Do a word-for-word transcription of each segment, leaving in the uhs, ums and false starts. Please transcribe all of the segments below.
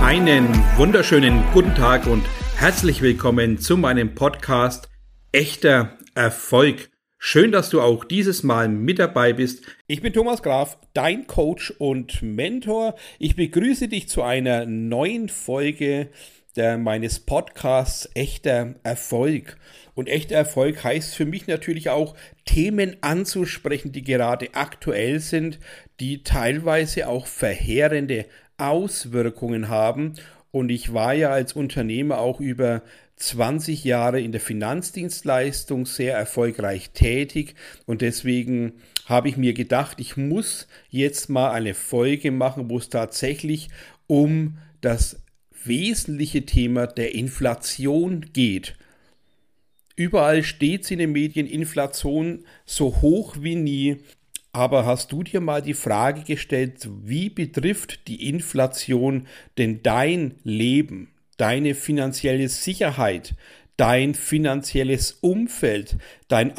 Einen wunderschönen guten Tag und herzlich willkommen zu meinem Podcast Echter Erfolg. Schön, dass du auch dieses Mal mit dabei bist. Ich bin Thomas Graf, dein Coach und Mentor. Ich begrüße dich zu einer neuen Folge der, meines Podcasts Echter Erfolg. Und echter Erfolg heißt für mich natürlich auch, Themen anzusprechen, die gerade aktuell sind, die teilweise auch verheerende Auswirkungen haben. Und ich war ja als Unternehmer auch über zwanzig Jahre in der Finanzdienstleistung sehr erfolgreich tätig und deswegen habe ich mir gedacht, ich muss jetzt mal eine Folge machen, wo es tatsächlich um das wesentliche Thema der Inflation geht. Überall steht es in den Medien, Inflation so hoch wie nie. Aber hast du dir mal die Frage gestellt, wie betrifft die Inflation denn dein Leben, deine finanzielle Sicherheit, dein finanzielles Umfeld, dein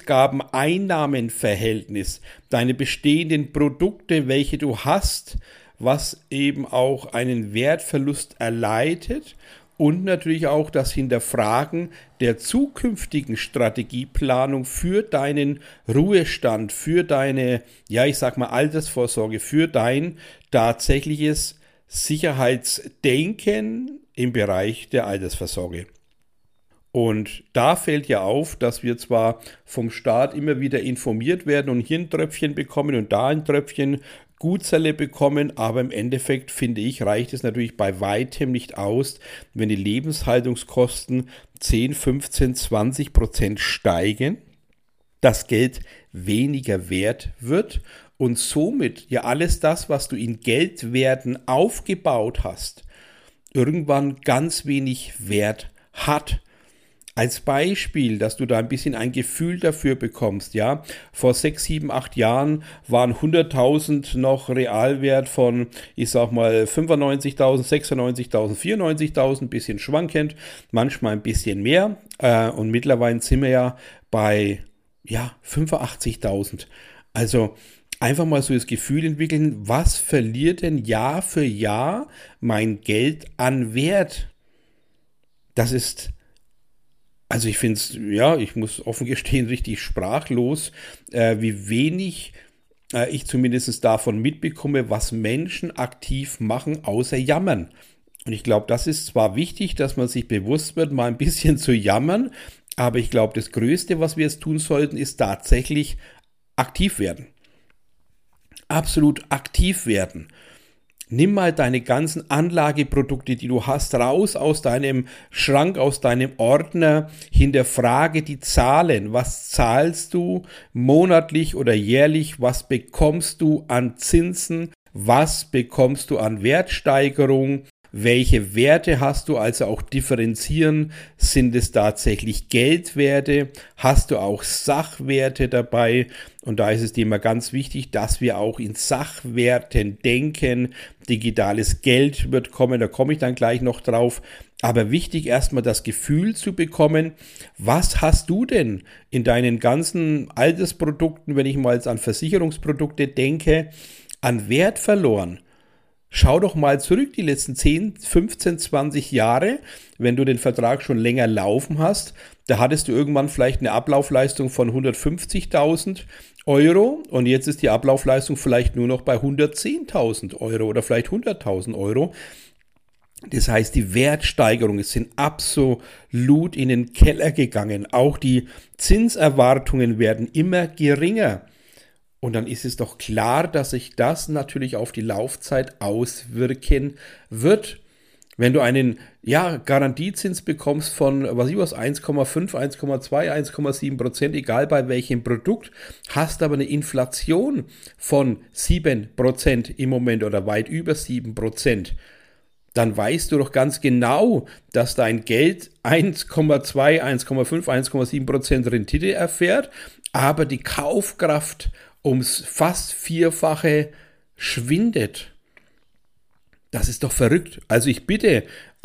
Ausgaben-Einnahmen-Verhältnis, deine bestehenden Produkte, welche du hast, was eben auch einen Wertverlust erleidet? Und natürlich auch das Hinterfragen der zukünftigen Strategieplanung für deinen Ruhestand, für deine, ja ich sag mal Altersvorsorge, für dein tatsächliches Sicherheitsdenken im Bereich der Altersvorsorge. Und da fällt ja auf, dass wir zwar vom Staat immer wieder informiert werden und hier ein Tröpfchen bekommen und da ein Tröpfchen Gutzelle bekommen, aber im Endeffekt, finde ich, reicht es natürlich bei weitem nicht aus, wenn die Lebenshaltungskosten zehn, fünfzehn, zwanzig Prozent steigen, das Geld weniger wert wird und somit ja alles das, was du in Geldwerten aufgebaut hast, irgendwann ganz wenig Wert hat. Als Beispiel, dass du da ein bisschen ein Gefühl dafür bekommst, ja, vor sechs, sieben, acht Jahren waren hunderttausend noch Realwert von, ich sag mal, fünfundneunzigtausend, sechsundneunzigtausend, vierundneunzigtausend, bisschen schwankend, manchmal ein bisschen mehr äh, und mittlerweile sind wir ja bei, ja, fünfundachtzigtausend. Also einfach mal so das Gefühl entwickeln, was verliert denn Jahr für Jahr mein Geld an Wert? Das ist Also ich finde es, ja, ich muss offen gestehen, richtig sprachlos, äh, wie wenig äh, ich zumindest davon mitbekomme, was Menschen aktiv machen, außer jammern. Und ich glaube, das ist zwar wichtig, dass man sich bewusst wird, mal ein bisschen zu jammern, aber ich glaube, das Größte, was wir jetzt tun sollten, ist tatsächlich aktiv werden. Absolut aktiv werden. Nimm mal deine ganzen Anlageprodukte, die du hast, raus aus deinem Schrank, aus deinem Ordner, hinterfrage die Zahlen. Was zahlst du monatlich oder jährlich? Was bekommst du an Zinsen? Was bekommst du an Wertsteigerung? Welche Werte hast du? Also auch differenzieren. Sind es tatsächlich Geldwerte? Hast du auch Sachwerte dabei? Und da ist es dir immer ganz wichtig, dass wir auch in Sachwerten denken. Digitales Geld wird kommen, da komme ich dann gleich noch drauf. Aber wichtig erstmal das Gefühl zu bekommen, was hast du denn in deinen ganzen Altersprodukten, wenn ich mal jetzt an Versicherungsprodukte denke, an Wert verloren? Schau doch mal zurück, die letzten zehn, fünfzehn, zwanzig Jahre, wenn du den Vertrag schon länger laufen hast, da hattest du irgendwann vielleicht eine Ablaufleistung von hundertfünfzigtausend Euro und jetzt ist die Ablaufleistung vielleicht nur noch bei hundertzehntausend Euro oder vielleicht hunderttausend Euro. Das heißt, die Wertsteigerungen sind absolut in den Keller gegangen. Auch die Zinserwartungen werden immer geringer. Und dann ist es doch klar, dass sich das natürlich auf die Laufzeit auswirken wird. Wenn du einen ja, Garantiezins bekommst von, was ich was, eins Komma fünf, eins Komma zwei, eins Komma sieben Prozent, egal bei welchem Produkt, hast aber eine Inflation von sieben Prozent im Moment oder weit über sieben Prozent, dann weißt du doch ganz genau, dass dein Geld eins Komma zwei, eins Komma fünf, eins Komma sieben Prozent Rendite erfährt, aber die Kaufkraft ums fast Vierfache schwindet. Das ist doch verrückt. Also ich bitte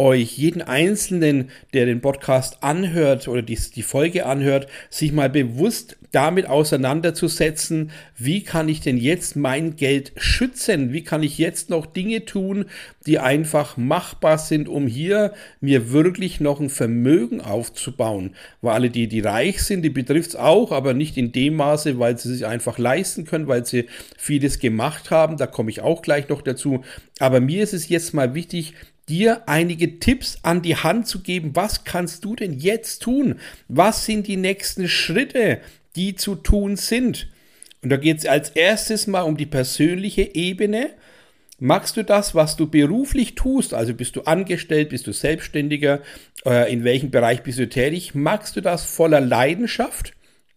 euch, jeden Einzelnen, der den Podcast anhört oder die, die Folge anhört, sich mal bewusst damit auseinanderzusetzen, wie kann ich denn jetzt mein Geld schützen? Wie kann ich jetzt noch Dinge tun, die einfach machbar sind, um hier mir wirklich noch ein Vermögen aufzubauen? Weil alle die, die reich sind, die betrifft es auch, aber nicht in dem Maße, weil sie sich einfach leisten können, weil sie vieles gemacht haben. Da komme ich auch gleich noch dazu. Aber mir ist es jetzt mal wichtig, dir einige Tipps an die Hand zu geben. Was kannst du denn jetzt tun? Was sind die nächsten Schritte, die zu tun sind? Und da geht es als erstes mal um die persönliche Ebene. Magst du das, was du beruflich tust? Also bist du angestellt, bist du Selbstständiger? Äh, in welchem Bereich bist du tätig? Magst du das voller Leidenschaft?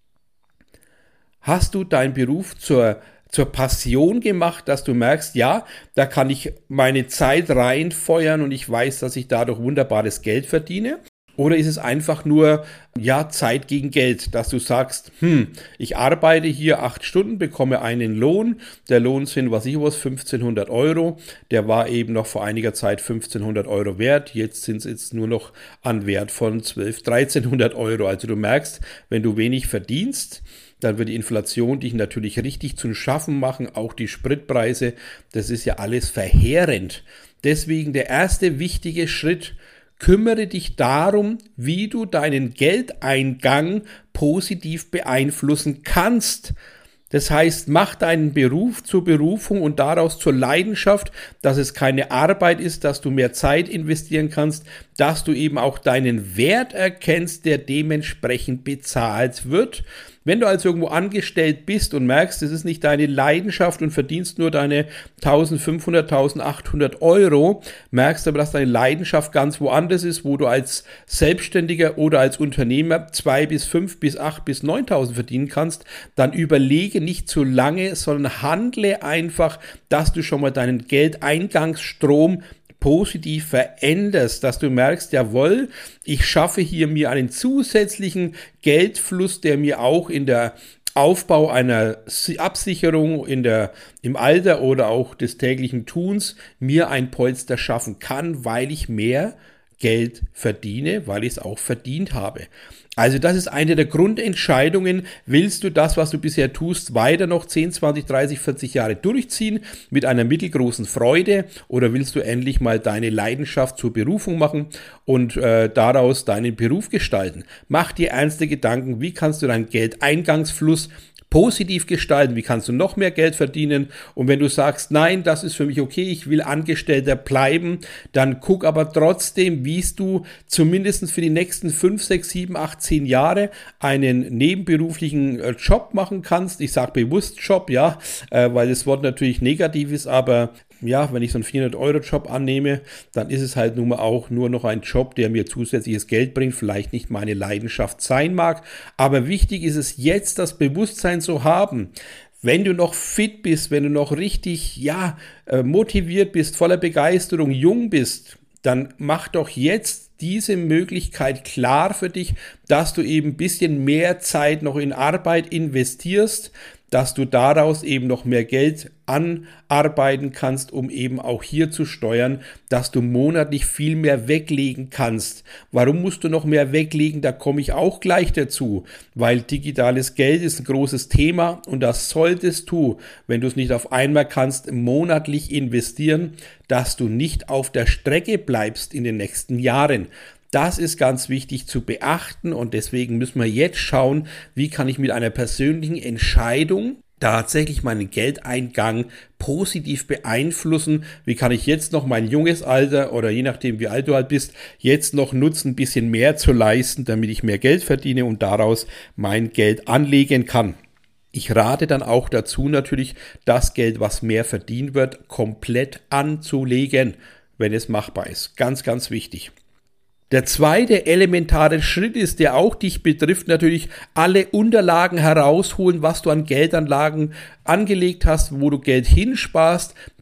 Hast du deinen Beruf zur zur Passion gemacht, dass du merkst, ja, da kann ich meine Zeit reinfeuern und ich weiß, dass ich dadurch wunderbares Geld verdiene? Oder ist es einfach nur, ja, Zeit gegen Geld, dass du sagst, hm, ich arbeite hier acht Stunden, bekomme einen Lohn, der Lohn sind, was ich was, fünfzehnhundert Euro, der war eben noch vor einiger Zeit fünfzehnhundert Euro wert, jetzt sind es jetzt nur noch an Wert von zwölfhundert, dreizehnhundert Euro. Also du merkst, wenn du wenig verdienst, dann wird die Inflation dich natürlich richtig zu schaffen machen, auch die Spritpreise, das ist ja alles verheerend. Deswegen der erste wichtige Schritt, kümmere dich darum, wie du deinen Geldeingang positiv beeinflussen kannst. Das heißt, mach deinen Beruf zur Berufung und daraus zur Leidenschaft, dass es keine Arbeit ist, dass du mehr Zeit investieren kannst, dass du eben auch deinen Wert erkennst, der dementsprechend bezahlt wird. Wenn du also irgendwo angestellt bist und merkst, es ist nicht deine Leidenschaft und verdienst nur deine eintausendfünfhundert, eintausendachthundert Euro, merkst aber, dass deine Leidenschaft ganz woanders ist, wo du als Selbstständiger oder als Unternehmer zwei bis fünf bis acht bis neuntausend verdienen kannst, dann überlege nicht zu lange, sondern handle einfach, dass du schon mal deinen Geldeingangsstrom positiv veränderst, dass du merkst, jawohl, ich schaffe hier mir einen zusätzlichen Geldfluss, der mir auch in der Aufbau einer Absicherung in der, im Alter oder auch des täglichen Tuns mir ein Polster schaffen kann, weil ich mehr Geld verdiene, weil ich es auch verdient habe. Also das ist eine der Grundentscheidungen. Willst du das, was du bisher tust, weiter noch zehn, zwanzig, dreißig, vierzig Jahre durchziehen mit einer mittelgroßen Freude oder willst du endlich mal deine Leidenschaft zur Berufung machen und äh, daraus deinen Beruf gestalten? Mach dir ernste Gedanken, wie kannst du deinen Geldeingangsfluss positiv gestalten, wie kannst du noch mehr Geld verdienen und wenn du sagst, nein, das ist für mich okay, ich will Angestellter bleiben, dann guck aber trotzdem, wie du zumindest für die nächsten fünf, sechs, sieben, acht, zehn Jahre einen nebenberuflichen Job machen kannst. Ich sage bewusst Job, ja, weil das Wort natürlich negativ ist, aber ja, wenn ich so einen vierhundert-Euro-Job annehme, dann ist es halt nun mal auch nur noch ein Job, der mir zusätzliches Geld bringt, vielleicht nicht meine Leidenschaft sein mag, aber wichtig ist es jetzt, das Bewusstsein zu haben, wenn du noch fit bist, wenn du noch richtig, ja, motiviert bist, voller Begeisterung, jung bist, dann mach doch jetzt diese Möglichkeit klar für dich, dass du eben ein bisschen mehr Zeit noch in Arbeit investierst, dass du daraus eben noch mehr Geld anarbeiten kannst, um eben auch hier zu steuern, dass du monatlich viel mehr weglegen kannst. Warum musst du noch mehr weglegen? Da komme ich auch gleich dazu, weil digitales Geld ist ein großes Thema und das solltest du, wenn du es nicht auf einmal kannst, monatlich investieren, dass du nicht auf der Strecke bleibst in den nächsten Jahren. Das ist ganz wichtig zu beachten und deswegen müssen wir jetzt schauen, wie kann ich mit einer persönlichen Entscheidung tatsächlich meinen Geldeingang positiv beeinflussen. Wie kann ich jetzt noch mein junges Alter oder je nachdem wie alt du halt bist, jetzt noch nutzen, ein bisschen mehr zu leisten, damit ich mehr Geld verdiene und daraus mein Geld anlegen kann. Ich rate dann auch dazu natürlich, das Geld, was mehr verdient wird, komplett anzulegen, wenn es machbar ist. Ganz, ganz wichtig. Der zweite elementare Schritt ist, der auch dich betrifft, natürlich alle Unterlagen herausholen, was du an Geldanlagen angelegt hast, wo du Geld hinsparst,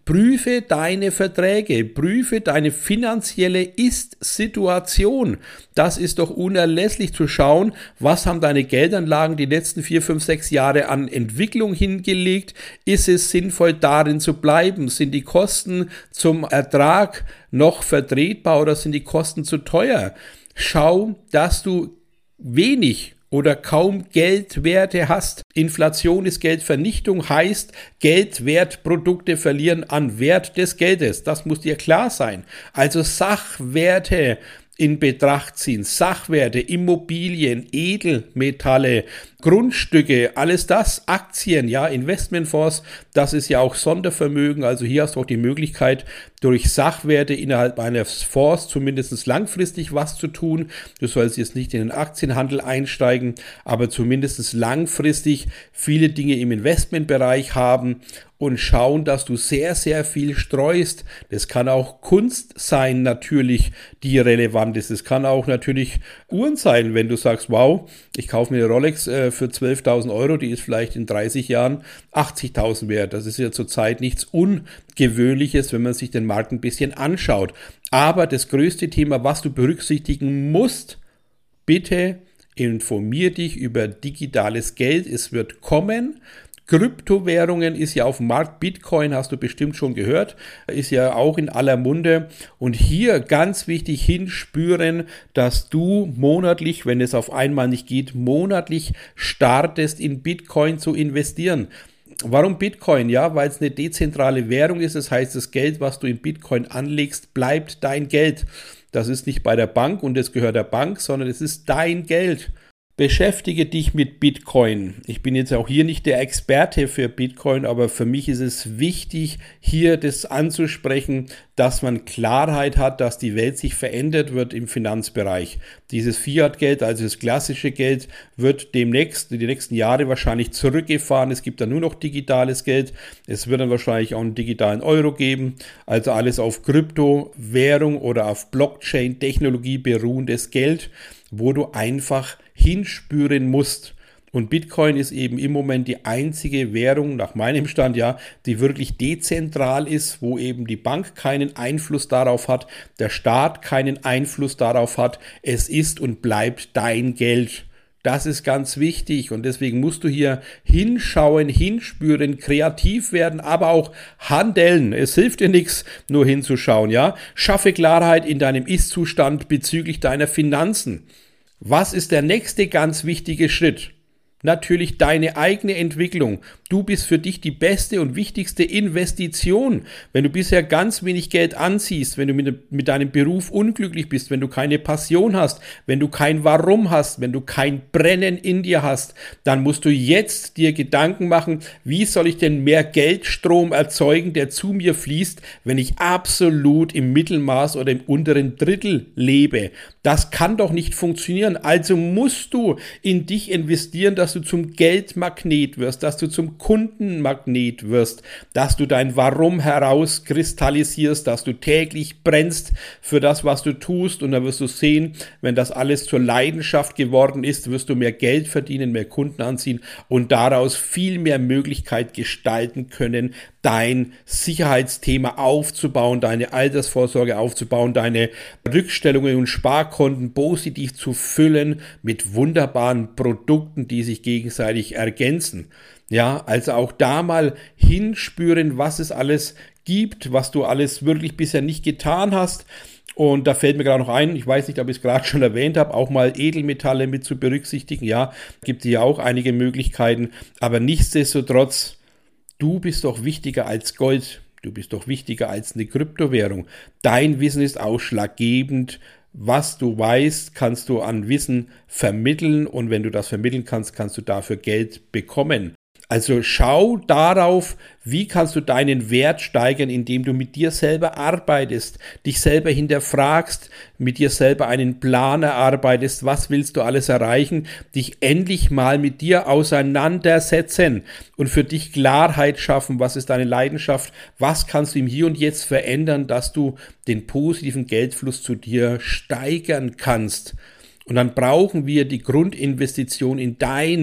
Prüfe deine Verträge, prüfe deine finanzielle Ist-Situation. Das ist doch unerlässlich zu schauen, was haben deine Geldanlagen die letzten vier, fünf, sechs Jahre an Entwicklung hingelegt. Ist es sinnvoll, darin zu bleiben? Sind die Kosten zum Ertrag noch vertretbar oder sind die Kosten zu teuer? Schau, dass du wenig oder kaum Geldwerte hast. Inflation ist Geldvernichtung, heißt, Geldwertprodukte verlieren an Wert des Geldes. Das muss dir klar sein. Also Sachwerte in Betracht ziehen. Sachwerte, Immobilien, Edelmetalle, Grundstücke, alles das, Aktien, ja, Investmentfonds, das ist ja auch Sondervermögen. Also hier hast du auch die Möglichkeit, durch Sachwerte innerhalb eines Fonds zumindest langfristig was zu tun. Du sollst jetzt nicht in den Aktienhandel einsteigen, aber zumindest langfristig viele Dinge im Investmentbereich haben und schauen, dass du sehr, sehr viel streust. Das kann auch Kunst sein, natürlich, die relevant ist. Es kann auch natürlich Uhren sein, wenn du sagst, wow, ich kaufe mir eine Rolex äh, für zwölftausend Euro, die ist vielleicht in dreißig Jahren achtzigtausend wert. Das ist ja zurzeit nichts Ungewöhnliches, wenn man sich den Markt ein bisschen anschaut. Aber das größte Thema, was du berücksichtigen musst, bitte informier dich über digitales Geld. Es wird kommen. Kryptowährungen ist ja auf dem Markt, Bitcoin hast du bestimmt schon gehört, ist ja auch in aller Munde und hier ganz wichtig hinspüren, dass du monatlich, wenn es auf einmal nicht geht, monatlich startest in Bitcoin zu investieren. Warum Bitcoin? Ja, weil es eine dezentrale Währung ist, das heißt, das Geld, was du in Bitcoin anlegst, bleibt dein Geld. Das ist nicht bei der Bank und es gehört der Bank, sondern es ist dein Geld. Beschäftige dich mit Bitcoin. Ich bin jetzt auch hier nicht der Experte für Bitcoin, aber für mich ist es wichtig, hier das anzusprechen, dass man Klarheit hat, dass die Welt sich verändert wird im Finanzbereich. Dieses Fiat-Geld, also das klassische Geld, wird demnächst, die nächsten Jahre wahrscheinlich zurückgefahren. Es gibt dann nur noch digitales Geld. Es wird dann wahrscheinlich auch einen digitalen Euro geben. Also alles auf Kryptowährung oder auf Blockchain-Technologie beruhendes Geld, wo du einfach hinspüren musst. Und Bitcoin ist eben im Moment die einzige Währung, nach meinem Stand ja, die wirklich dezentral ist, wo eben die Bank keinen Einfluss darauf hat, der Staat keinen Einfluss darauf hat. Es ist und bleibt dein Geld. Das ist ganz wichtig und deswegen musst du hier hinschauen, hinspüren, kreativ werden, aber auch handeln. Es hilft dir nichts, nur hinzuschauen, ja. Schaffe Klarheit in deinem Ist-Zustand bezüglich deiner Finanzen. Was ist der nächste ganz wichtige Schritt? Natürlich deine eigene Entwicklung. Du bist für dich die beste und wichtigste Investition. Wenn du bisher ganz wenig Geld anziehst, wenn du mit, mit deinem Beruf unglücklich bist, wenn du keine Passion hast, wenn du kein Warum hast, wenn du kein Brennen in dir hast, dann musst du jetzt dir Gedanken machen, wie soll ich denn mehr Geldstrom erzeugen, der zu mir fließt, wenn ich absolut im Mittelmaß oder im unteren Drittel lebe. Das kann doch nicht funktionieren. Also musst du in dich investieren, dass du zum Geldmagnet wirst, dass du zum Kundenmagnet wirst, dass du dein Warum herauskristallisierst, dass du täglich brennst für das, was du tust und dann wirst du sehen, wenn das alles zur Leidenschaft geworden ist, wirst du mehr Geld verdienen, mehr Kunden anziehen und daraus viel mehr Möglichkeit gestalten können, dein Sicherheitsthema aufzubauen, deine Altersvorsorge aufzubauen, deine Rückstellungen und Sparkonten positiv zu füllen mit wunderbaren Produkten, die sich gegenseitig ergänzen. Ja, also auch da mal hinspüren, was es alles gibt, was du alles wirklich bisher nicht getan hast. Und da fällt mir gerade noch ein, ich weiß nicht, ob ich es gerade schon erwähnt habe, auch mal Edelmetalle mit zu berücksichtigen. Ja, gibt es ja auch einige Möglichkeiten, aber nichtsdestotrotz, du bist doch wichtiger als Gold, du bist doch wichtiger als eine Kryptowährung. Dein Wissen ist ausschlaggebend. Was du weißt, kannst du an Wissen vermitteln und wenn du das vermitteln kannst, kannst du dafür Geld bekommen. Also schau darauf, wie kannst du deinen Wert steigern, indem du mit dir selber arbeitest, dich selber hinterfragst, mit dir selber einen Plan erarbeitest, was willst du alles erreichen, dich endlich mal mit dir auseinandersetzen und für dich Klarheit schaffen, was ist deine Leidenschaft, was kannst du im Hier und Jetzt verändern, dass du den positiven Geldfluss zu dir steigern kannst. Und dann brauchen wir die Grundinvestition in dein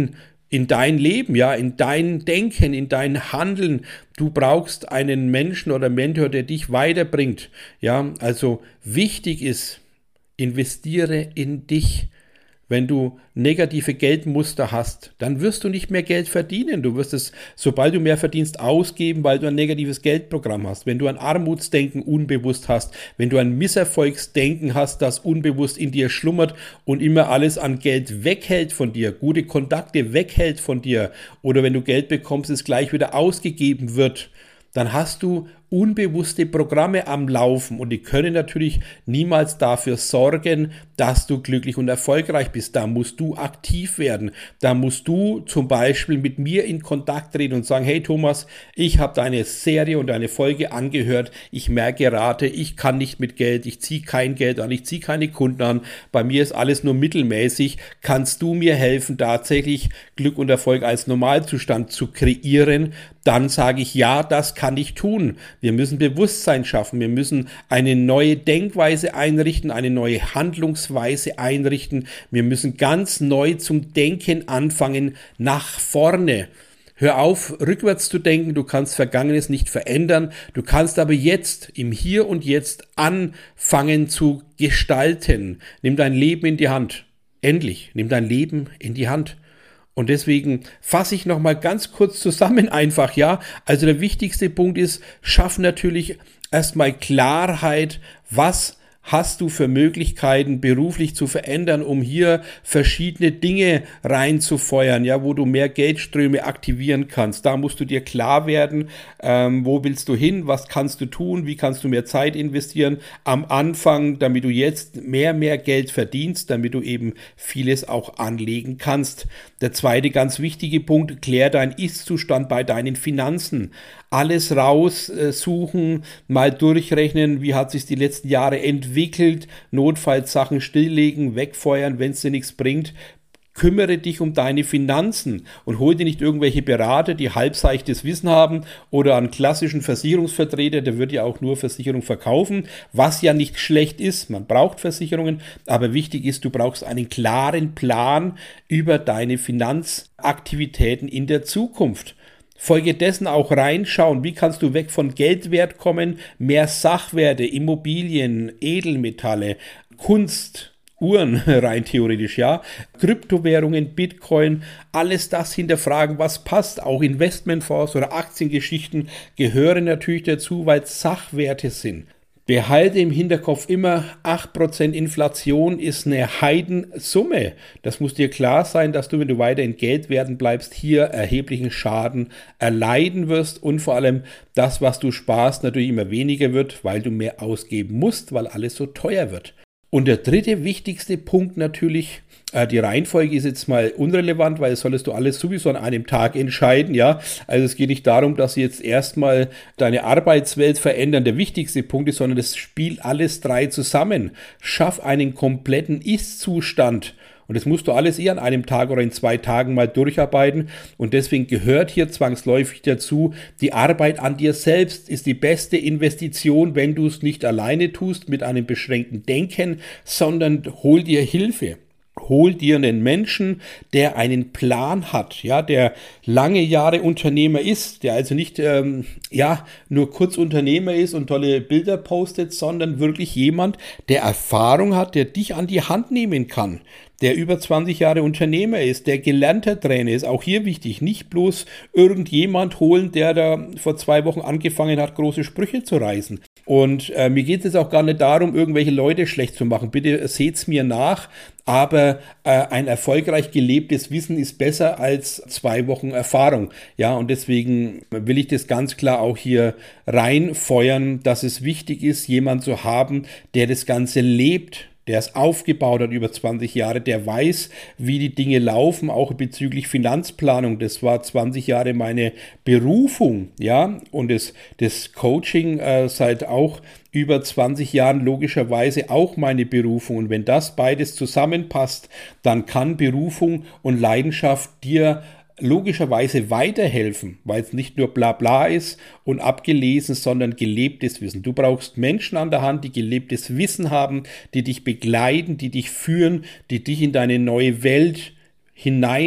in dein Leben, ja, in dein Denken, in dein Handeln. Du brauchst einen Menschen oder Mentor, der dich weiterbringt. Ja, also wichtig ist, investiere in dich. Wenn du negative Geldmuster hast, dann wirst du nicht mehr Geld verdienen. Du wirst es, sobald du mehr verdienst, ausgeben, weil du ein negatives Geldprogramm hast. Wenn du ein Armutsdenken unbewusst hast, wenn du ein Misserfolgsdenken hast, das unbewusst in dir schlummert und immer alles an Geld weghält von dir, gute Kontakte weghält von dir, oder wenn du Geld bekommst, es gleich wieder ausgegeben wird, dann hast du unbewusste Programme am Laufen und die können natürlich niemals dafür sorgen, dass du glücklich und erfolgreich bist. Da musst du aktiv werden. Da musst du zum Beispiel mit mir in Kontakt treten und sagen, hey Thomas, ich habe deine Serie und deine Folge angehört. Ich merke gerade, ich kann nicht mit Geld, ich ziehe kein Geld an, ich ziehe keine Kunden an. Bei mir ist alles nur mittelmäßig. Kannst du mir helfen, tatsächlich Glück und Erfolg als Normalzustand zu kreieren? Dann sage ich, ja, das kann ich tun. Wir müssen Bewusstsein schaffen, wir müssen eine neue Denkweise einrichten, eine neue Handlungsweise einrichten. Wir müssen ganz neu zum Denken anfangen, nach vorne. Hör auf, rückwärts zu denken, du kannst Vergangenes nicht verändern, du kannst aber jetzt, im Hier und Jetzt anfangen zu gestalten. Nimm dein Leben in die Hand. Endlich, nimm dein Leben in die Hand. Und deswegen fasse ich nochmal ganz kurz zusammen einfach, ja. Also der wichtigste Punkt ist, schaff natürlich erstmal Klarheit, was hast du für Möglichkeiten beruflich zu verändern, um hier verschiedene Dinge reinzufeuern, ja, wo du mehr Geldströme aktivieren kannst. Da musst du dir klar werden, ähm, wo willst du hin, was kannst du tun, wie kannst du mehr Zeit investieren am Anfang, damit du jetzt mehr, mehr Geld verdienst, damit du eben vieles auch anlegen kannst. Der zweite ganz wichtige Punkt, klär deinen Ist-Zustand bei deinen Finanzen. Alles raussuchen, mal durchrechnen, wie hat sich die letzten Jahre entwickelt, notfalls Sachen stilllegen, wegfeuern, wenn es dir nichts bringt. Kümmere dich um deine Finanzen und hol dir nicht irgendwelche Berater, die halbseichtes Wissen haben, oder einen klassischen Versicherungsvertreter, der wird ja auch nur Versicherung verkaufen, was ja nicht schlecht ist. Man braucht Versicherungen, aber wichtig ist, du brauchst einen klaren Plan über deine Finanzaktivitäten in der Zukunft. Folgedessen auch reinschauen, wie kannst du weg von Geldwert kommen, mehr Sachwerte, Immobilien, Edelmetalle, Kunst, Uhren rein theoretisch, ja, Kryptowährungen, Bitcoin, alles das hinterfragen, was passt. Auch Investmentfonds oder Aktiengeschichten gehören natürlich dazu, weil es Sachwerte sind. Behalte im Hinterkopf immer, acht Prozent Inflation ist eine Heidensumme. Das muss dir klar sein, dass du, wenn du weiter in Geldwerten bleibst, hier erheblichen Schaden erleiden wirst und vor allem das, was du sparst, natürlich immer weniger wird, weil du mehr ausgeben musst, weil alles so teuer wird. Und der dritte wichtigste Punkt natürlich, äh, die Reihenfolge ist jetzt mal unrelevant, weil das solltest du alles sowieso an einem Tag entscheiden, ja. Also es geht nicht darum, dass sie jetzt erstmal deine Arbeitswelt verändern, der wichtigste Punkt ist, sondern es spielt alles drei zusammen. Schaff einen kompletten Ist-Zustand. Und das musst du alles eher an einem Tag oder in zwei Tagen mal durcharbeiten. Und deswegen gehört hier zwangsläufig dazu, die Arbeit an dir selbst ist die beste Investition, wenn du es nicht alleine tust mit einem beschränkten Denken, sondern hol dir Hilfe. Hol dir einen Menschen, der einen Plan hat, ja, der lange Jahre Unternehmer ist, der also nicht ähm, ja, nur kurz Unternehmer ist und tolle Bilder postet, sondern wirklich jemand, der Erfahrung hat, der dich an die Hand nehmen kann, der über zwanzig Jahre Unternehmer ist, der gelernter Trainer ist. Auch hier wichtig, nicht bloß irgendjemand holen, der da vor zwei Wochen angefangen hat, große Sprüche zu reißen. Und äh, mir geht es jetzt auch gar nicht darum, irgendwelche Leute schlecht zu machen. Bitte seht's mir nach. Aber äh, ein erfolgreich gelebtes Wissen ist besser als zwei Wochen Erfahrung. Ja, und deswegen will ich das ganz klar auch hier reinfeuern, dass es wichtig ist, jemanden zu haben, der das Ganze lebt, der es aufgebaut hat über zwanzig Jahre, der weiß, wie die Dinge laufen, auch bezüglich Finanzplanung. Das war zwanzig Jahre meine Berufung, ja, und das, das Coaching äh, seit auch über zwanzig Jahren logischerweise auch meine Berufung. Und wenn das beides zusammenpasst, dann kann Berufung und Leidenschaft dir logischerweise weiterhelfen, weil es nicht nur Blabla ist und abgelesen, sondern gelebtes Wissen. Du brauchst Menschen an der Hand, die gelebtes Wissen haben, die dich begleiten, die dich führen, die dich in deine neue Welt hinein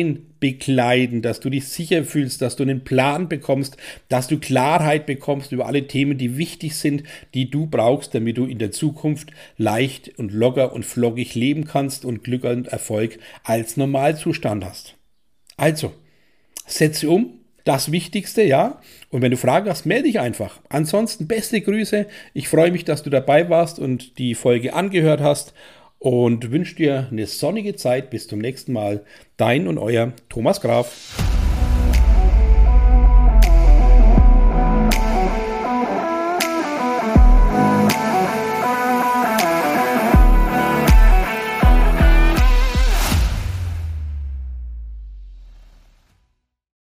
begleiten, dass du dich sicher fühlst, dass du einen Plan bekommst, dass du Klarheit bekommst über alle Themen, die wichtig sind, die du brauchst, damit du in der Zukunft leicht und locker und flockig leben kannst und Glück und Erfolg als Normalzustand hast. Also, setze um. Das Wichtigste, ja. Und wenn du Fragen hast, melde dich einfach. Ansonsten beste Grüße. Ich freue mich, dass du dabei warst und die Folge angehört hast und wünsche dir eine sonnige Zeit. Bis zum nächsten Mal. Dein und euer Thomas Graf.